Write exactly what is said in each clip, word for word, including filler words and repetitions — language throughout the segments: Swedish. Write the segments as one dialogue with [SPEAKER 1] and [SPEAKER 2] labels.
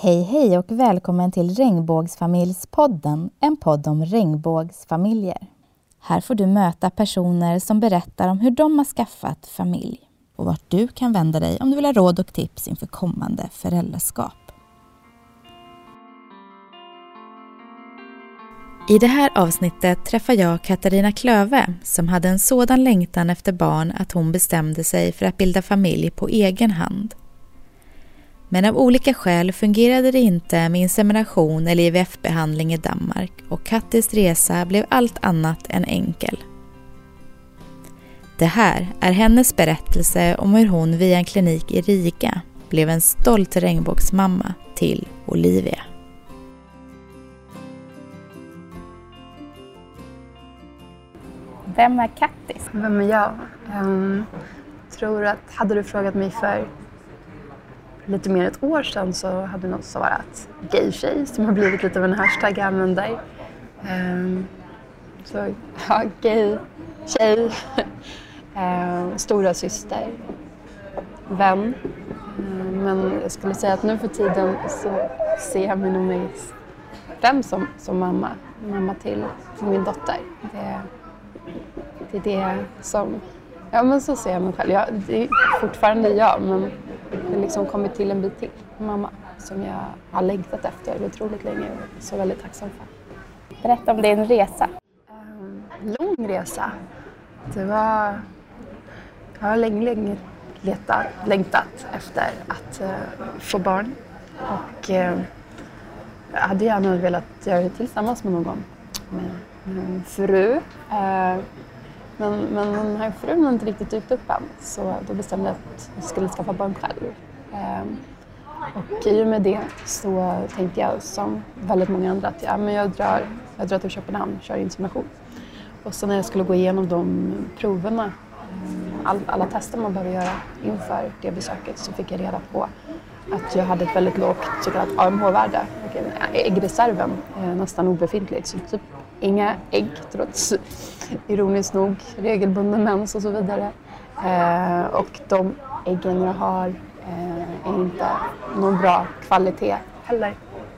[SPEAKER 1] Hej hej och välkommen till Regnbågsfamiljspodden, en podd om regnbågsfamiljer. Här får du möta personer som berättar om hur de har skaffat familj och vart du kan vända dig om du vill ha råd och tips inför kommande föräldraskap. I det här avsnittet träffar jag Katarina Klöve som hade en sådan längtan efter barn att hon bestämde sig för att bilda familj på egen hand. Men av olika skäl fungerade det inte med insemination eller I V F-behandling i Danmark och Kattis resa blev allt annat än enkel. Det här är hennes berättelse om hur hon via en klinik i Riga blev en stolt regnbågsmamma till Olivia. Vem är Kattis?
[SPEAKER 2] Vem är jag? Um, tror att hade du frågat mig för lite mer än ett år sedan så hade någon svarat gay-tjej som har blivit lite av en hashtag jag använder. Um, så ja, gay-tjej, um, stora syster, vän. Um, men jag skulle säga att nu för tiden så ser jag mig nog mest främst som, som mamma. Mamma till min dotter. Det, det är det som... Ja, men så ser jag mig själv. Jag, det är fortfarande jag, men det har liksom kommit till en bit till. Mamma, som jag har längtat efter otroligt länge och så väldigt tacksam för.
[SPEAKER 1] Berätta om din resa.
[SPEAKER 2] Um, lång resa. Det var... Jag har länge, länge letat, längtat efter att uh, få barn. Och uh, jag hade gärna velat göra det tillsammans med någon. Med, med en fru. Uh, Men, men den här frun har inte riktigt dykt upp än, så då bestämde jag att jag skulle skaffa barn själv. Ehm, och i och med det så tänkte jag som väldigt många andra att ja, men jag, drar, jag drar till Köpenhamn och kör insemination. Och så när jag skulle gå igenom de proverna, all, alla tester man behöver göra inför det besöket, så fick jag reda på att jag hade ett väldigt lågt så kallat A M H-värde. Äggreserven är nästan obefintlig, så typ inga ägg trots ironiskt nog regelbunden mens och så vidare. Eh, och de äggen jag har eh, är inte någon bra kvalitet heller.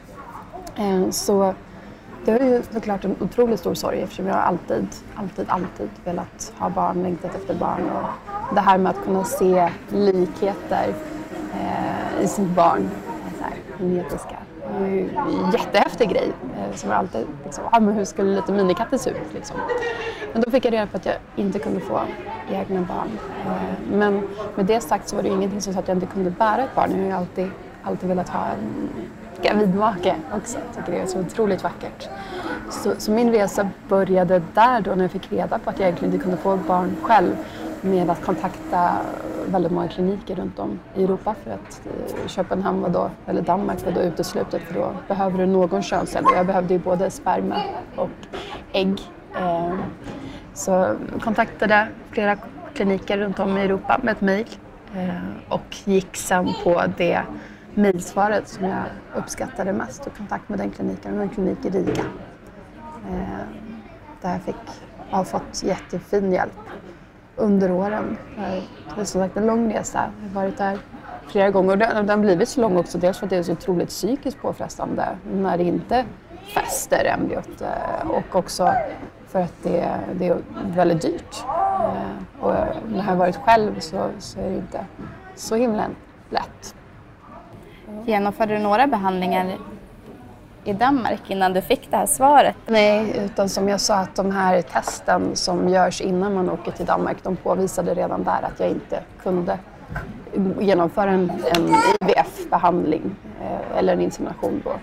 [SPEAKER 2] Eh, så det är ju såklart en otroligt stor sorg eftersom jag alltid, alltid, alltid velat ha barn, längtat efter barn. Och det här med att kunna se likheter eh, i sitt barn, så här, genetiska. Det är ju en jättehäftig grej eh, som jag alltid liksom, ah, men hur skulle lite minikatter se ut liksom. Men då fick jag reda på att jag inte kunde få egna barn. Eh, men med det sagt så var det ingenting som sa att jag inte kunde bära ett barn. Jag har ju alltid, alltid velat ha en gravidmake också. Jag tycker det är så otroligt vackert. Så, så min resa började där då när jag fick reda på att jag egentligen inte kunde få ett barn själv, med att kontakta väldigt många kliniker runt om i Europa för att eh, Köpenhamn var då, eller Danmark var då uteslutet, för då behöver du någon könscell. Jag behövde ju både sperma och ägg. Eh, så kontaktade flera kliniker runt om i Europa med ett mejl eh, och gick sen på det mejlsvaret som jag uppskattade mest och kontakt med den kliniken, en klinik i Riga. Eh, där jag fick, har fått jättefin hjälp under åren. Det är som sagt en lång resa. Jag har varit där flera gånger och den har blivit så lång också. Dels för att det är så otroligt psykiskt påfrestande när det inte fäster embryot, och också för att det, det är väldigt dyrt. Och när jag har varit själv så, så är det inte så himla lätt.
[SPEAKER 1] Genomförde du några behandlingar i Danmark innan du fick det här svaret?
[SPEAKER 2] Nej, utan som jag sa att de här testen som görs innan man åker till Danmark, de påvisade redan där att jag inte kunde genomföra en, en I V F-behandling eh, eller en insemination då.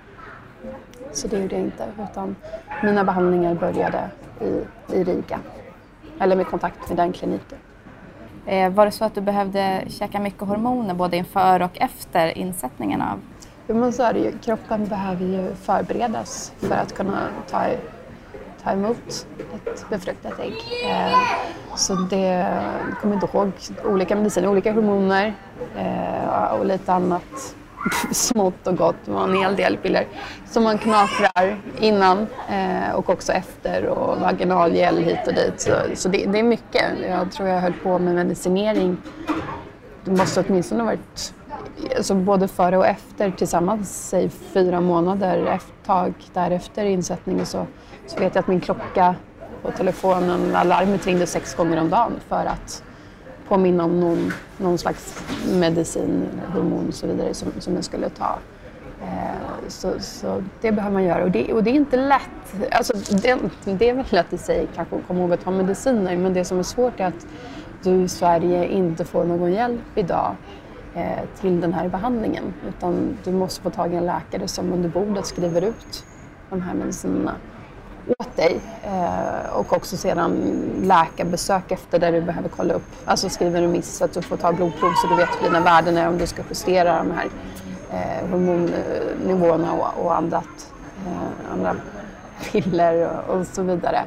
[SPEAKER 2] Så det gjorde jag inte, utan mina behandlingar började i, i Riga, eller med kontakt med den kliniken.
[SPEAKER 1] Eh, var det så att du behövde käka mycket hormoner både inför och efter insättningen av?
[SPEAKER 2] Jo, men så är det ju. Kroppen behöver ju förberedas för att kunna ta, ta emot ett befruktat ägg. Eh, så det, jag kommer inte ihåg, olika mediciner, olika hormoner eh, och lite annat smått och gott. Det var en hel del piller som man knaprar innan eh, och också efter, och vaginalgel hit och dit. Så, så det, det är mycket. Jag tror jag höll på med medicinering. Det måste åtminstone ha varit alltså både före och efter tillsammans, säg fyra månader efter, tag därefter insättningen så, så vet jag att min klocka på telefonen, alarmet ringde sex gånger om dagen för att påminna om någon, någon slags medicin, hormon och så vidare som, som jag skulle ta. Eh, så, så det behöver man göra och det, och det är inte lätt. Alltså, det, det är väl lätt i sig kanske att komma ihåg att ta mediciner, men det som är svårt är att du i Sverige inte får någon hjälp idag eh, till den här behandlingen. Utan du måste få tag i en läkare som under bordet skriver ut de här medicinerna åt dig. Eh, och också sedan läkarbesök efter där du behöver kolla upp, alltså skriva en remiss så att du får ta blodprov så du vet dina värden är om du ska justera de här eh, hormonnivåerna och, och andra, eh, andra piller och, och så vidare.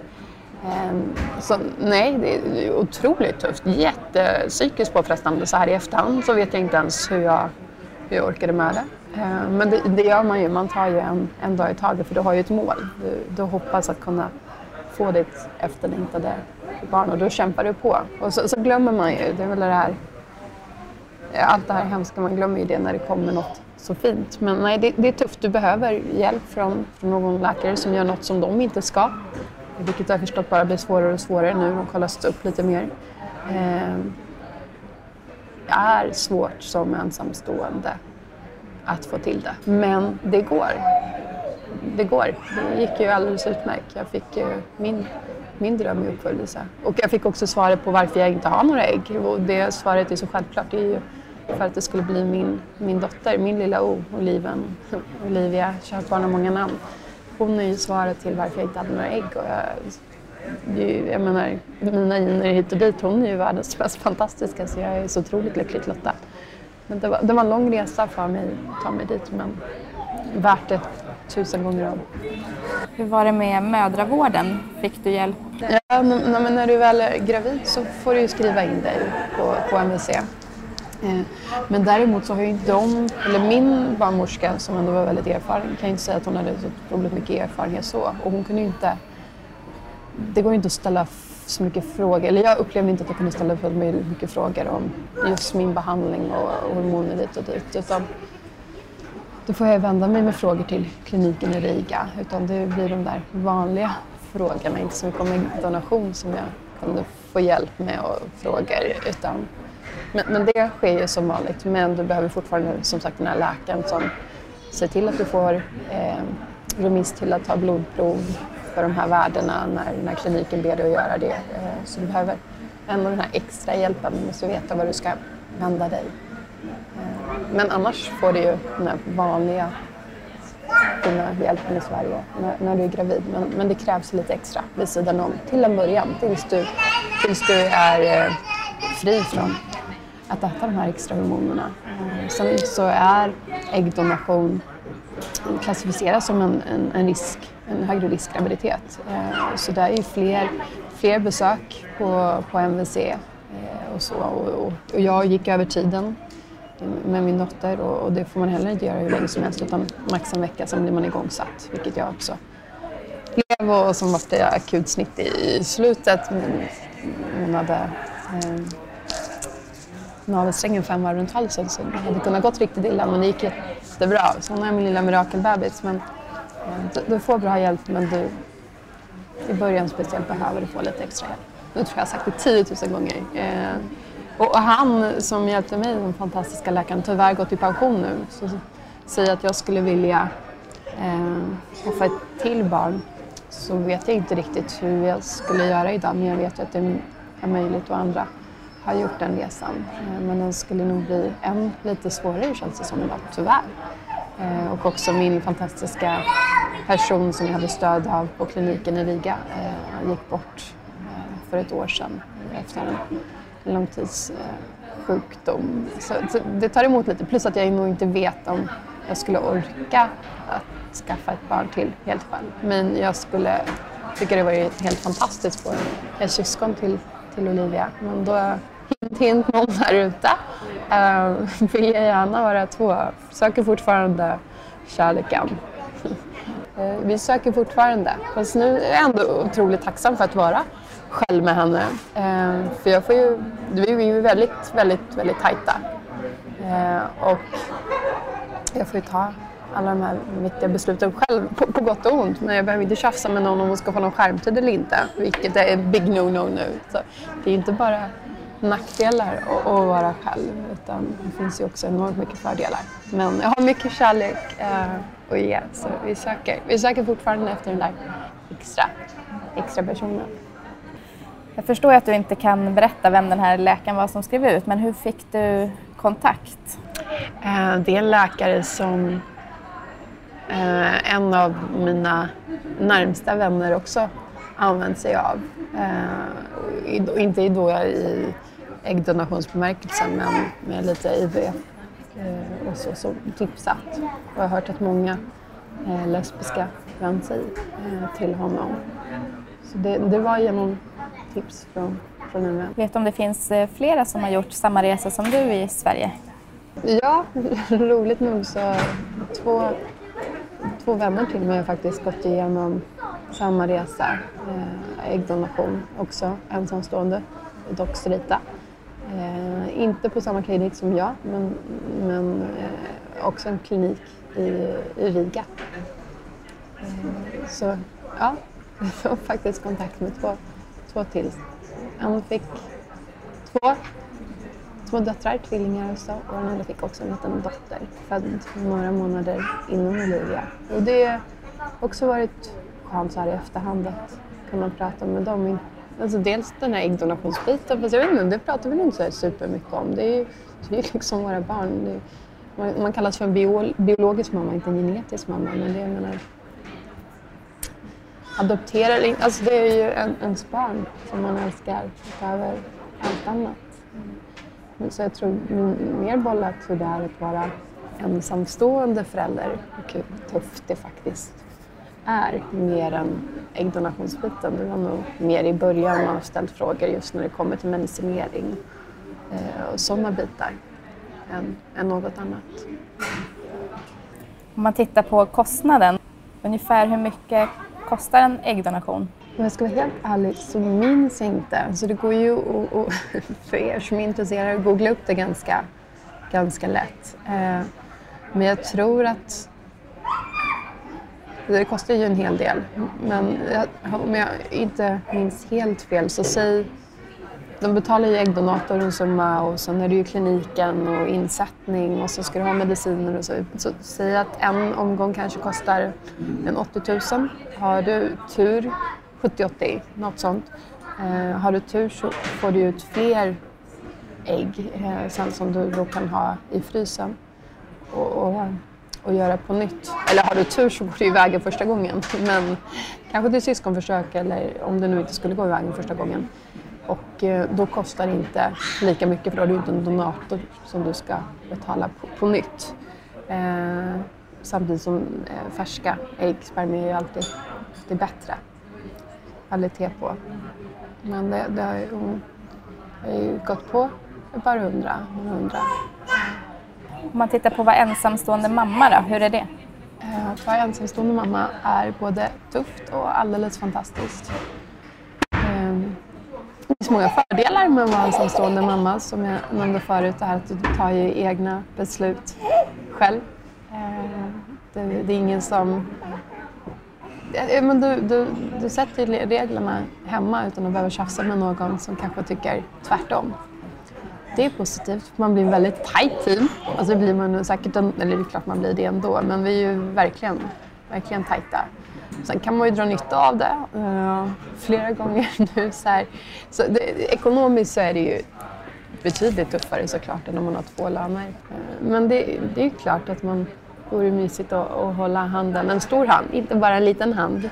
[SPEAKER 2] Så nej, det är otroligt tufft. Jättepsykiskt påfrestande. Så här i efterhand så vet jag inte ens hur jag, hur jag orkade med det. Men det, det gör man ju. Man tar ju en, en dag i taget för du har ju ett mål. Du, du hoppas att kunna få ditt efterlängtade barn och då kämpar du på. Och så, så glömmer man ju, det är väl det här, allt det här hemska, man glömmer ju det när det kommer något så fint. Men nej, det, det är tufft. Du behöver hjälp från, från någon läkare som gör något som de inte ska. Vilket jag har förstått bara blir svårare och svårare nu. De kollas upp lite mer. Eh, det är svårt som ensamstående att få till det. Men det går. Det går. Det gick ju alldeles utmärkt. Jag fick ju min, min dröm i uppfyllelse. Och jag fick också svaret på varför jag inte har några ägg. Och det svaret är så självklart. Det är ju för att det skulle bli min, min dotter, min lilla O, Oliven, Olivia, kärt barn har många namn. Hon är ju svaret till varför jag inte hade några ägg. Och jag, jag menar, mina gener hit och dit, hon är ju världens mest fantastiska så jag är så otroligt lyckligt lottad. Men det var, det var en lång resa för mig att ta mig dit, men värt det tusen gånger om.
[SPEAKER 3] Hur var det med mödravården? Fick du hjälp?
[SPEAKER 2] Ja, men när du väl är gravid så får du ju skriva in dig på, på M V C. Men däremot så har ju de, eller min barnmorska som ändå var väldigt erfaren, kan ju inte säga att hon hade så otroligt mycket erfarenhet så. Och hon kunde ju inte, det går ju inte att ställa så mycket frågor, eller jag upplevde inte att jag kunde ställa så mycket frågor om just min behandling och hormoner dit och dit. Utan då får jag vända mig med frågor till kliniken i Riga, utan det blir de där vanliga frågorna, inte så mycket om donation som jag kunde få hjälp med och frågor, utan Men, men det sker ju som vanligt, men du behöver fortfarande som sagt den här läkaren som ser till att du får eh, remiss till att ta blodprov för de här värdena när, när kliniken ber dig att göra det. Eh, så du behöver ändå den här extra hjälpen, du måste veta var du ska vända dig. Eh, men annars får du ju den här vanliga fina hjälpen i Sverige när, när du är gravid. Men, men det krävs lite extra vid sidan om till en början, tills du, tills du är eh, fri från att äta de här extra hormonerna. Sen så är äggdonation klassificeras som en, en, en risk, en högre risk graviditet. Så det är ju fler, fler besök på, på M V C och så. Och, och jag gick över tiden med min dotter och, och det får man heller inte göra hur länge som helst utan max en vecka, sen blir man igångsatt, vilket jag också blev och som var det akut snitt i slutet. Hon hade eh, navelsträngen fem varv runt halsen så det hade kunnat gått riktigt illa, men det gick jättebra. Så hon är min lilla mirakelbebis, men eh, du, du får bra hjälp, men du i början speciellt behöver du få lite extra hjälp. Nu tror jag jag sagt det tiotusen gånger. Eh, och, och han som hjälpte mig, den fantastiska läkaren, tyvärr gått i pension nu, så säger att jag skulle vilja eh, skaffa ett till barn, så vet jag inte riktigt hur jag skulle göra idag, men jag vet ju att det är möjligt och andra har gjort den resan. Men den skulle nog bli än lite svårare, känns det som idag, tyvärr. Och också min fantastiska person som jag hade stöd av på kliniken i Riga gick bort för ett år sedan efter en långtidssjukdom. Så det tar emot lite, plus att jag nog inte vet om jag skulle orka att skaffa ett barn till helt själv. Men jag skulle tycka det var helt fantastiskt på ett syskon till, till Olivia. Men då hint, hint, någon där ute. Uh, vill jag gärna vara två. Söker fortfarande kärleken. uh, vi söker fortfarande. Fast nu är jag ändå otroligt tacksam för att vara själv med henne. Uh, för jag får ju, vi är ju väldigt, väldigt, väldigt tajta. Eh, och jag får ju ta alla de här viktiga besluten själv, på, på gott och ont. Men jag behöver inte tjafsa med någon om man ska få någon skärmtid eller inte, vilket är en big no-no nu. Så det är inte bara nackdelar att, att vara själv, utan det finns ju också enormt mycket fördelar. Men jag har mycket kärlek eh, att ge, så vi söker, vi söker fortfarande efter den där extra, extra personen.
[SPEAKER 3] Jag förstår att du inte kan berätta vem den här läkaren var som skrev ut, men hur fick du kontakt?
[SPEAKER 2] Eh, det är en läkare som eh, en av mina närmsta vänner också använt sig av. Eh, inte då jag i äggdonationsbemärkelsen, men med lite I V F eh, och så, så tipsat. Och jag har hört att många eh, lesbiska vänt sig eh, till honom. Så det, det var genom tips från, från en vän.
[SPEAKER 3] Vet du om det finns flera som har gjort samma resa som du i Sverige?
[SPEAKER 2] Ja, roligt nog så två, två vänner till mig har faktiskt gått igenom samma resa. Eh, äggdonation också, ensamstående, dock strita. Eh, inte på samma klinik som jag, men, men eh, också en klinik i, i Riga. Eh, så ja, jag har faktiskt kontakt med två, två till. En fick två, två döttrar, tvillingar och så, och den andra fick också en liten dotter född några månader innan Olivia. Och det har också varit skönt så här i efterhand att kunna prata med dem. Alltså dels den här äggdonationsbiten, fast jag vet inte, det pratar vi inte så supermycket om. Det är ju, det är liksom våra barn. Det är, man, man kallas för en bio, biologisk mamma, inte en genetisk mamma, men det jag menar adoptera, alltså det är ju en, ens barn som man älskar utöver allt annat. Så jag tror mer bollat hur det är att vara ensamstående förälder och hur tufft det faktiskt är, mer än äggdonationsbiten. Det var nog mer i början man har ställt frågor just när det kommer till medicinering eh, och sådana bitar än, än något annat.
[SPEAKER 3] Om man tittar på kostnaden, ungefär hur mycket kostar en äggdonation?
[SPEAKER 2] Om jag ska vara helt ärlig så minns jag inte. Så det går ju att, och, för er som är intresserade, att googla upp det ganska, ganska lätt. Eh, men jag tror att det kostar ju en hel del. Men jag, om jag inte minns helt fel så säg, de betalar ju äggdonatorn en summa och sen är det ju kliniken och insättning och så ska du ha mediciner och så. Så säg att en omgång kanske kostar en åttio tusen. Har du tur, sjuttio åttio, något sånt. Eh, har du tur så får du ut fler ägg eh, sen som du då kan ha i frysen och, och, och göra på nytt. Eller har du tur så går det i vägen första gången. Men kanske till syskonförsök eller om det nu inte skulle gå i vägen första gången. Och eh, då kostar det inte lika mycket för då har du inte en donator som du ska betala på, på nytt. Eh, samtidigt som eh, färska ägg, spermier är alltid det bättre kvalitet på. Men det, det har ju, har ju gått på ett par hundra, hundra.
[SPEAKER 3] Om man tittar på vad ensamstående mamma då, hur är det?
[SPEAKER 2] Eh, att vara ensamstående mamma är både tufft och alldeles fantastiskt. Eh, det finns många fördelar med att vara ensamstående mamma, som jag nämnde förut, det här att du tar ju egna beslut själv. Eh, det, det är ingen som... Men du, du, du sätter reglerna hemma utan att behöva tjafsa med någon som kanske tycker tvärtom. Det är positivt, man blir en väldigt tight team. Alltså det blir man säkert, en, eller det är klart man blir det ändå, men vi är ju verkligen, verkligen tajta. Sen kan man ju dra nytta av det uh, flera gånger nu. Så här. Så det, ekonomiskt så är det ju betydligt tuffare såklart än om man har två löner. Uh, men det, det är ju klart att man vore mysigt att, att hålla handen, en stor hand, inte bara en liten hand.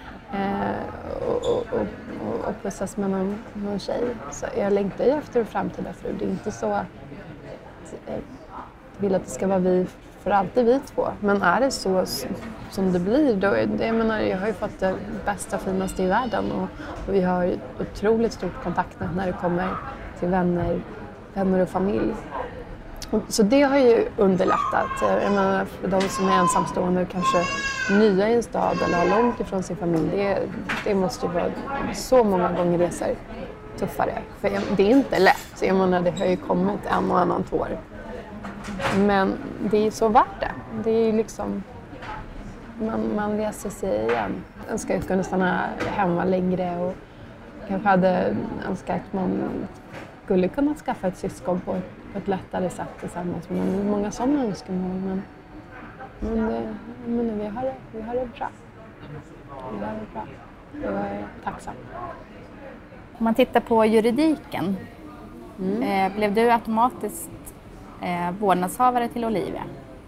[SPEAKER 2] Uh, och, och, och, och pussas med någon, någon tjej. Så jag längtar ju efter framtida fru. Det är inte så att jag vill att det ska vara vi för alltid vi två. Men är det så som det blir, då är det, jag menar, jag har ju fått det bästa, finaste i världen och, och vi har otroligt stort kontaktnät när det kommer till vänner, vänner och familj. Och, så det har ju underlättat. Jag menar, för de som är ensamstående och kanske nya i en stad eller har långt ifrån sin familj, det, det måste ju vara så många gånger resor tuffare. För det är inte lätt. Jag menar, det har ju kommit en och annan tår Men det är så värt det. Det är ju liksom, man, man reser sig igen. Jag önskar att kunna stanna hemma längre och kanske hade önskat att man skulle kunna skaffa ett syskon på ett, på ett lättare sätt tillsammans. Men många sådana önskemål. Men, men, det, men vi, har det, vi har det bra. Vi har det bra. Jag är tacksam.
[SPEAKER 3] Om man tittar på juridiken,
[SPEAKER 2] Mm.
[SPEAKER 3] eh, blev du automatiskt eh, vårdnadshavare till Olivia?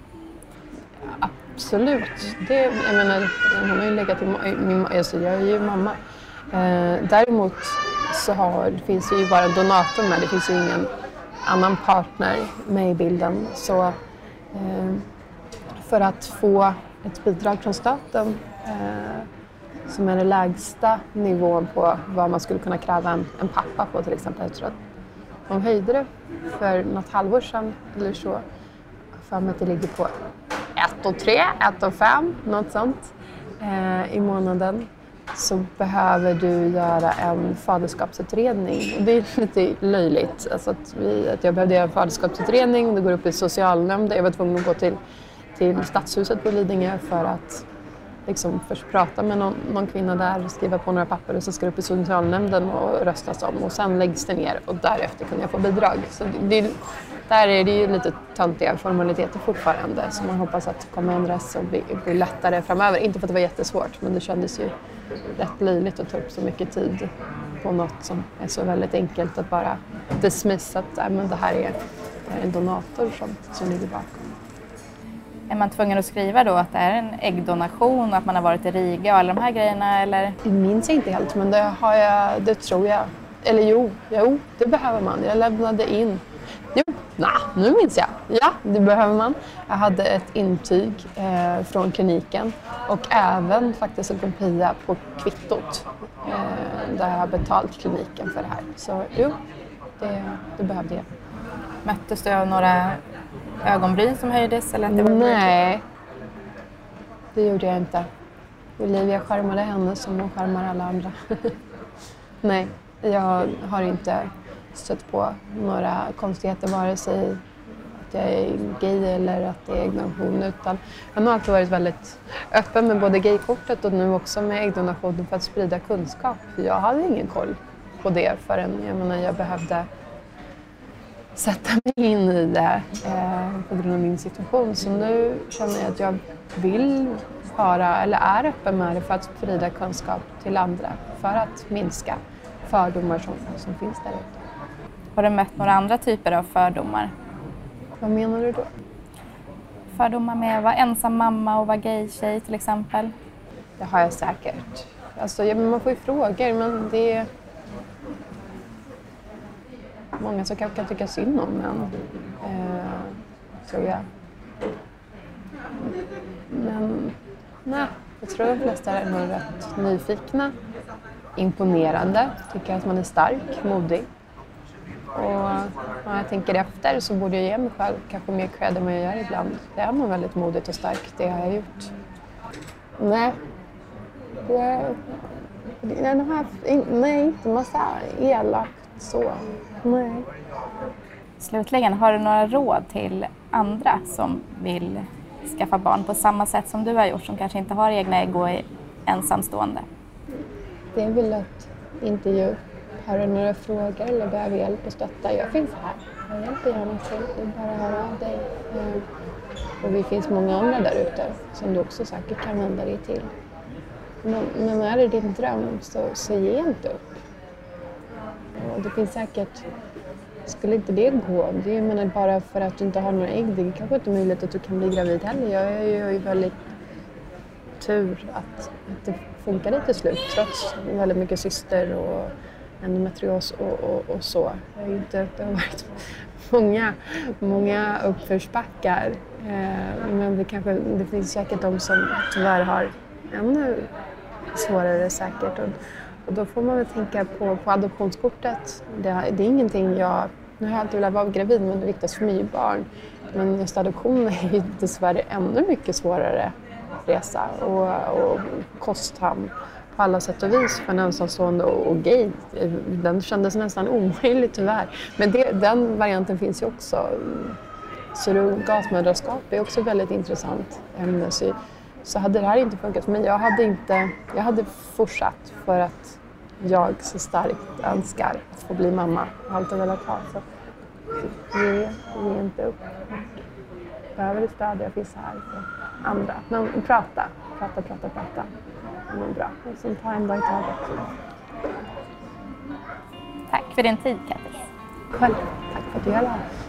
[SPEAKER 2] Absolut. Det, jag menar, hon har ju legat i min, alltså jag är ju mamma. Eh, däremot så har, det finns ju bara en donator med, det finns ju ingen annan partner med i bilden. Så eh, för att få ett bidrag från staten eh, som är den lägsta nivån på vad man skulle kunna kräva en, en pappa på till exempel. Jag tror att de höjde det för något halvår sedan eller så. För att det ligger på ett och tre, ett och fem, något sånt eh, i månaden. Så behöver du göra en faderskapsutredning. Och det är lite löjligt. Alltså att, vi, att jag behövde göra en faderskapsutredning och det går upp i socialnämnden. Jag var tvungen att gå till, till Stadshuset på Lidingö för att liksom först prata med någon, någon kvinna där, skriva på några papper och så ska det upp i socialnämnden och röstas om. Och sen läggs det ner och därefter kunde jag få bidrag. Så det, det, där är det ju lite töntiga formaliteter fortfarande. Så man hoppas att det kommer ändras och bli, bli lättare framöver. Inte för att det var jättesvårt, men det kändes ju rätt löjligt att ta upp så mycket tid på något som är så väldigt enkelt att bara dismissa att äh, men det här är en donator som, som ligger bakom.
[SPEAKER 3] Är man tvungen att skriva då att det är en äggdonation och att man har varit i Riga och alla de här grejerna? Eller?
[SPEAKER 2] Jag minns inte helt, men det, har jag, det tror jag. Eller jo, jo, det behöver man. Jag lämnade in. Jo, nej, nu minns jag. Ja, det behöver man. Jag hade ett intyg eh, från kliniken och även faktiskt en kopia på kvittot eh, där jag har betalt kliniken för det här. Så jo, det, det behövde jag.
[SPEAKER 3] Möttes du av några ögonbryn som höjdes? Eller att det var
[SPEAKER 2] Nej, det gjorde jag inte. Olivia charmade henne som hon charmar alla andra. Nej, jag har inte stött på några konstigheter, vare sig att jag är gay eller att det är äggdonation. Utan jag har alltid varit väldigt öppen med både gaykortet och nu också med äggdonationen för att sprida kunskap. För jag hade ingen koll på det förrän jag, menar, jag behövde sätta mig in i det eh, på grund av min situation. Så nu känner jag att jag vill vara, eller är öppen med det för att sprida kunskap till andra. För att minska fördomar som, som finns där ute.
[SPEAKER 3] Har du mött några andra typer av fördomar?
[SPEAKER 2] Vad menar du då?
[SPEAKER 3] Fördomar med att vara ensam mamma och vara gay-tjej till exempel?
[SPEAKER 2] Det har jag säkert. Alltså, ja, man får ju frågor, men det är många som kanske kan tycka synd om en, eh, tror jag. Men nej, jag tror att de flesta är nog rätt nyfikna, imponerande, tycker att man är stark, modig. Och när jag tänker efter så borde jag ge mig själv kanske mer cred än vad jag gör ibland. Det är nog väldigt modigt och starkt, det har jag gjort. Nej, det, det, det har jag, nej, inte massa elakt så. Nej.
[SPEAKER 3] Slutligen, har du några råd till andra som vill skaffa barn på samma sätt som du har gjort, som kanske inte har egna ägg och är ensamstående?
[SPEAKER 2] Det är väl att inte ge upp. Har du några frågor eller behöver hjälp och stötta? Jag finns här. Jag hjälper gärna till. Det är bara att höra av dig. Och det finns många andra där ute som du också säkert kan vända dig till. Men, men är det din dröm så, så ge inte upp. Och det finns säkert, skulle inte det gå? Det är menar, bara för att du inte har några ägg. Det är kanske inte möjligt att du kan bli gravid heller. Jag har ju väldigt tur att, att det funkade till slut. Trots väldigt mycket cyster och endometrios och, och, och så. Jag har inte, det har varit många, många uppförsbackar. Eh, men det, kanske, det finns säkert de som tyvärr har ännu svårare säkert. Och, och då får man väl tänka på, på adoptionskortet. Det, det är ingenting jag... Nu har jag alltid velat vara gravid, men det riktas för mycket barn. Men just adoption är ju dessvärre ännu mycket svårare resa och, och kostsam på alla sätt och vis för en ensamstående och, och gay. Den kändes nästan omöjlig tyvärr. Men det, den varianten finns ju också. surrogatmödraskap är också ett väldigt intressant ämne. Så, så hade det här inte funkat för mig, jag hade, inte, jag hade fortsatt för att jag så starkt önskar att få bli mamma. Jag har alltid velat ha. Så ge, ge inte upp. Behöver det stöd, jag finns här för andra. Men prata, prata, prata, prata. Det är bra. Och sen ta en dag i taget.
[SPEAKER 3] Tack för din tid, Kattis.
[SPEAKER 2] Själv, tack för att du är här.